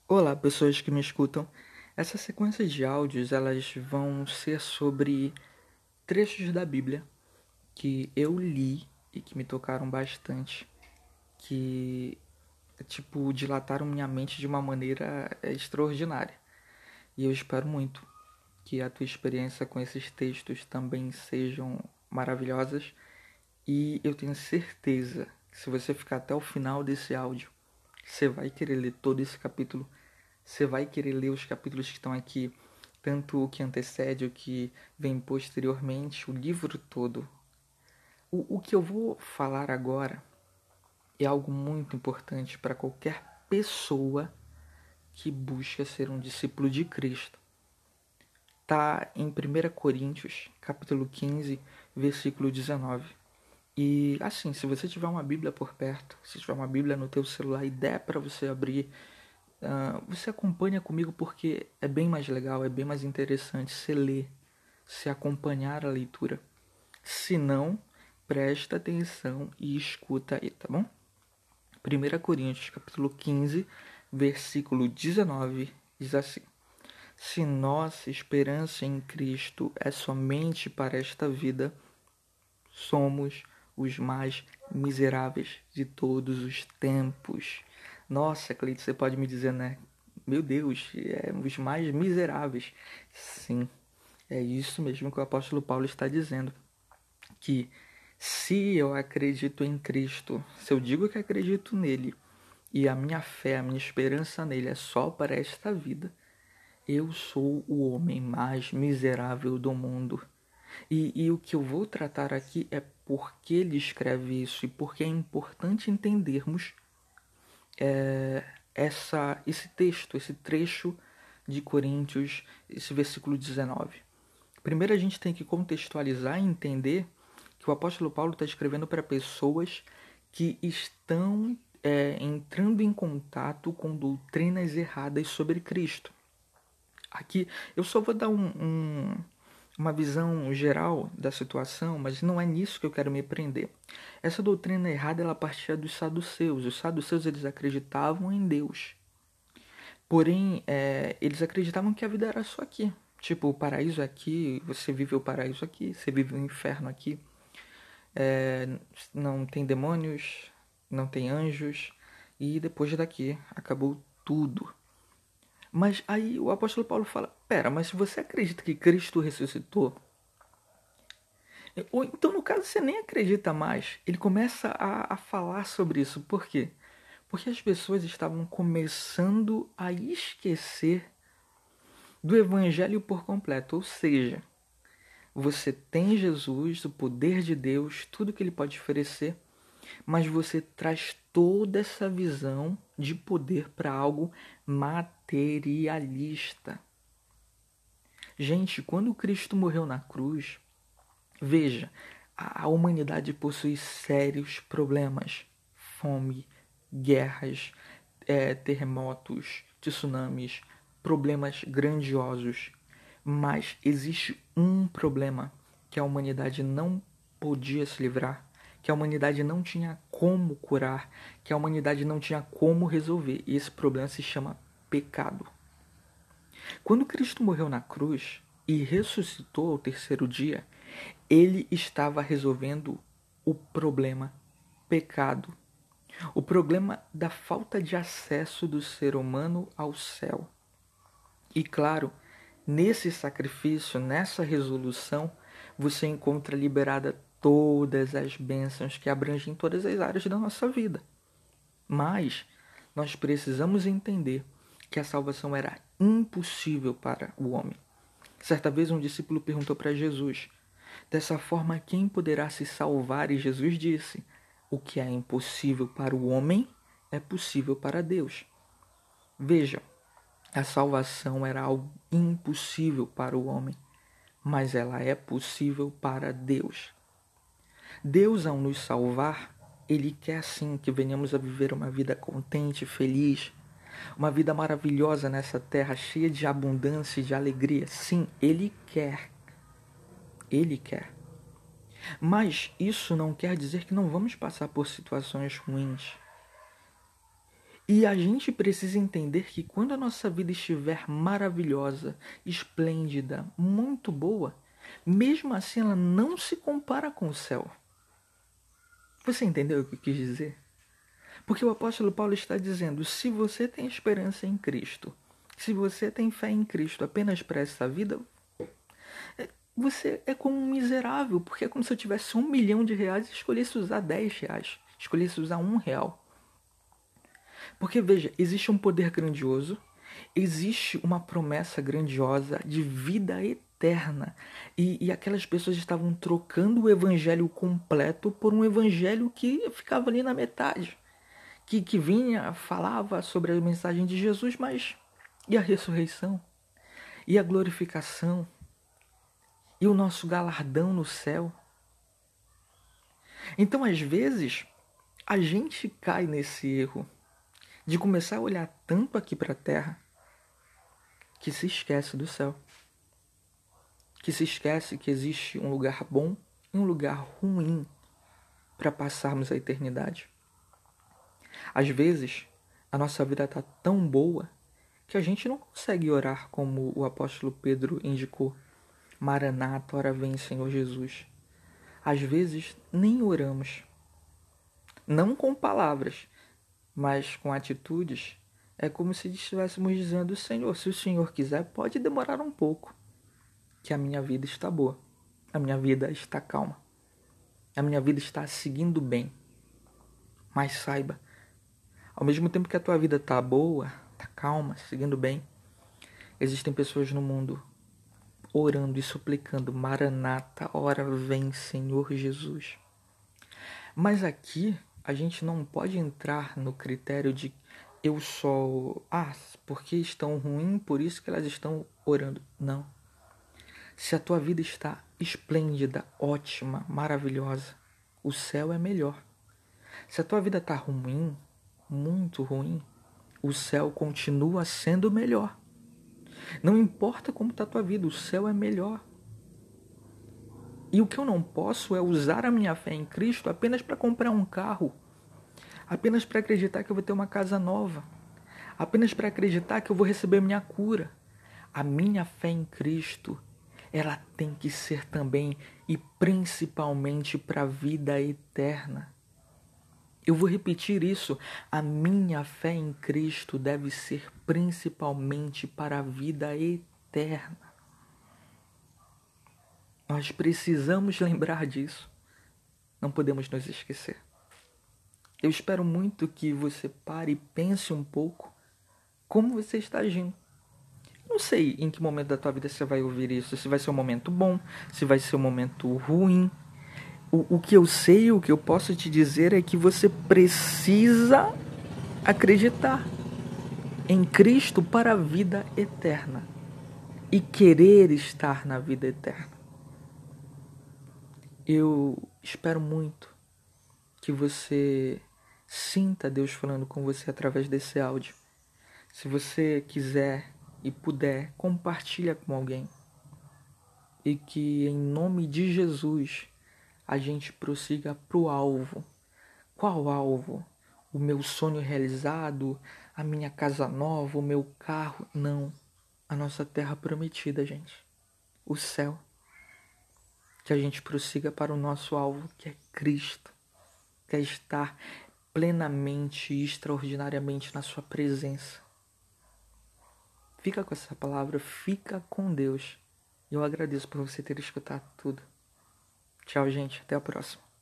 Olá, pessoas que me escutam. Essa sequência de áudios, elas vão ser sobre trechos da Bíblia que eu li e que me tocaram bastante, que tipo dilataram minha mente de uma maneira extraordinária. E eu espero muito que a tua experiência com esses textos também sejam maravilhosas, e eu tenho certeza que se você ficar até o final desse áudio, você vai querer ler todo esse capítulo. Você vai querer ler os capítulos que estão aqui, tanto o que antecede, o que vem posteriormente, o livro todo. O que eu vou falar agora é algo muito importante para qualquer pessoa que busca ser um discípulo de Cristo. Está em 1 Coríntios, capítulo 15, versículo 19. E assim, se você tiver uma Bíblia por perto, se tiver uma Bíblia no teu celular e der para você abrir, você acompanha comigo porque é bem mais legal, é bem mais interessante você ler, se acompanhar a leitura. Se não, presta atenção e escuta aí, tá bom? 1 Coríntios, capítulo 15, versículo 19, diz assim: Se nossa esperança em Cristo é somente para esta vida, somos os mais miseráveis de todos os tempos. Nossa, Cleide, você pode me dizer, né? Meu Deus, os mais miseráveis. Sim, é isso mesmo que o apóstolo Paulo está dizendo. Que se eu acredito em Cristo, se eu digo que acredito nele, e a minha fé, a minha esperança nele é só para esta vida, eu sou o homem mais miserável do mundo. E o que eu vou tratar aqui é por que ele escreve isso e por que é importante entendermos esse texto, esse trecho de Coríntios, esse versículo 19. Primeiro a gente tem que contextualizar e entender que o apóstolo Paulo está escrevendo para pessoas que estão entrando em contato com doutrinas erradas sobre Cristo. Aqui eu só vou dar uma visão geral da situação, mas não é nisso que eu quero me prender. Essa doutrina errada ela partia dos saduceus. Os saduceus eles acreditavam em Deus, porém eles acreditavam que a vida era só aqui. Tipo, o paraíso é aqui, você vive o paraíso aqui, você vive o inferno aqui. Não tem demônios, não tem anjos, e depois daqui acabou tudo. Mas aí o apóstolo Paulo fala: pera, mas se você acredita que Cristo ressuscitou, ou então no caso você nem acredita mais, ele começa a falar sobre isso. Por quê? Porque as pessoas estavam começando a esquecer do evangelho por completo. Ou seja, você tem Jesus, o poder de Deus, tudo que ele pode oferecer, mas você traz toda essa visão de poder para algo materialista. Gente, quando Cristo morreu na cruz, veja, a humanidade possui sérios problemas: fome, guerras, terremotos, tsunamis, problemas grandiosos. Mas existe um problema que a humanidade não podia se livrar, que a humanidade não tinha como curar, que a humanidade não tinha como resolver. E esse problema se chama pecado. Quando Cristo morreu na cruz e ressuscitou ao terceiro dia, ele estava resolvendo o problema pecado, o problema da falta de acesso do ser humano ao céu. E claro, nesse sacrifício, nessa resolução, você encontra liberada todas as bênçãos que abrangem todas as áreas da nossa vida. Mas nós precisamos entender que a salvação era impossível para o homem. Certa vez um discípulo perguntou para Jesus: dessa forma, quem poderá se salvar? E Jesus disse: o que é impossível para o homem é possível para Deus. Veja, a salvação era algo impossível para o homem, mas ela é possível para Deus. Deus, ao nos salvar, Ele quer sim que venhamos a viver uma vida contente, feliz, uma vida maravilhosa nessa terra, cheia de abundância e de alegria. Sim, Ele quer. Ele quer. Mas isso não quer dizer que não vamos passar por situações ruins. E a gente precisa entender que quando a nossa vida estiver maravilhosa, esplêndida, muito boa, mesmo assim ela não se compara com o céu. Você entendeu o que eu quis dizer? Porque o apóstolo Paulo está dizendo, se você tem esperança em Cristo, se você tem fé em Cristo apenas para essa vida, você é como um miserável, porque é como se eu tivesse R$1 milhão e escolhesse usar R$10, escolhesse usar R$1. Porque veja, existe um poder grandioso, existe uma promessa grandiosa de vida eterna. E aquelas pessoas estavam trocando o evangelho completo por um evangelho que ficava ali na metade. Que vinha, falava sobre a mensagem de Jesus, mas e a ressurreição? E a glorificação? E o nosso galardão no céu? Então, às vezes, a gente cai nesse erro de começar a olhar tanto aqui para a terra que se esquece do céu. Que se esquece que existe um lugar bom e um lugar ruim para passarmos a eternidade. Às vezes, a nossa vida está tão boa que a gente não consegue orar como o apóstolo Pedro indicou. Maranata, ora vem, Senhor Jesus. Às vezes, nem oramos. Não com palavras, mas com atitudes. É como se estivéssemos dizendo, Senhor, se o Senhor quiser, pode demorar um pouco, que a minha vida está boa, a minha vida está calma, a minha vida está seguindo bem. Mas saiba, ao mesmo tempo que a tua vida está boa, está calma, seguindo bem, existem pessoas no mundo orando e suplicando, Maranata, ora vem, Senhor Jesus. Mas aqui a gente não pode entrar no critério de eu só, porque estão ruins, por isso que elas estão orando. Não. Se a tua vida está esplêndida, ótima, maravilhosa, o céu é melhor. Se a tua vida está ruim, muito ruim, o céu continua sendo melhor. Não importa como está a tua vida, o céu é melhor. E o que eu não posso é usar a minha fé em Cristo apenas para comprar um carro, apenas para acreditar que eu vou ter uma casa nova, apenas para acreditar que eu vou receber minha cura. A minha fé em Cristo, ela tem que ser também e principalmente para a vida eterna. Eu vou repetir isso. A minha fé em Cristo deve ser principalmente para a vida eterna. Nós precisamos lembrar disso. Não podemos nos esquecer. Eu espero muito que você pare e pense um pouco como você está agindo. Não sei em que momento da tua vida você vai ouvir isso. Se vai ser um momento bom, se vai ser um momento ruim. O que eu sei, o que eu posso te dizer é que você precisa acreditar em Cristo para a vida eterna e querer estar na vida eterna. Eu espero muito que você sinta Deus falando com você através desse áudio. Se você quiser e puder, compartilha com alguém. E que em nome de Jesus a gente prossiga para o alvo. Qual alvo? O meu sonho realizado? A minha casa nova? O meu carro? Não. A nossa terra prometida, gente. O céu. Que a gente prossiga para o nosso alvo, que é Cristo. Que é estar plenamente e extraordinariamente na sua presença. Fica com essa palavra, fica com Deus. Eu agradeço por você ter escutado tudo. Tchau, gente. Até a próxima.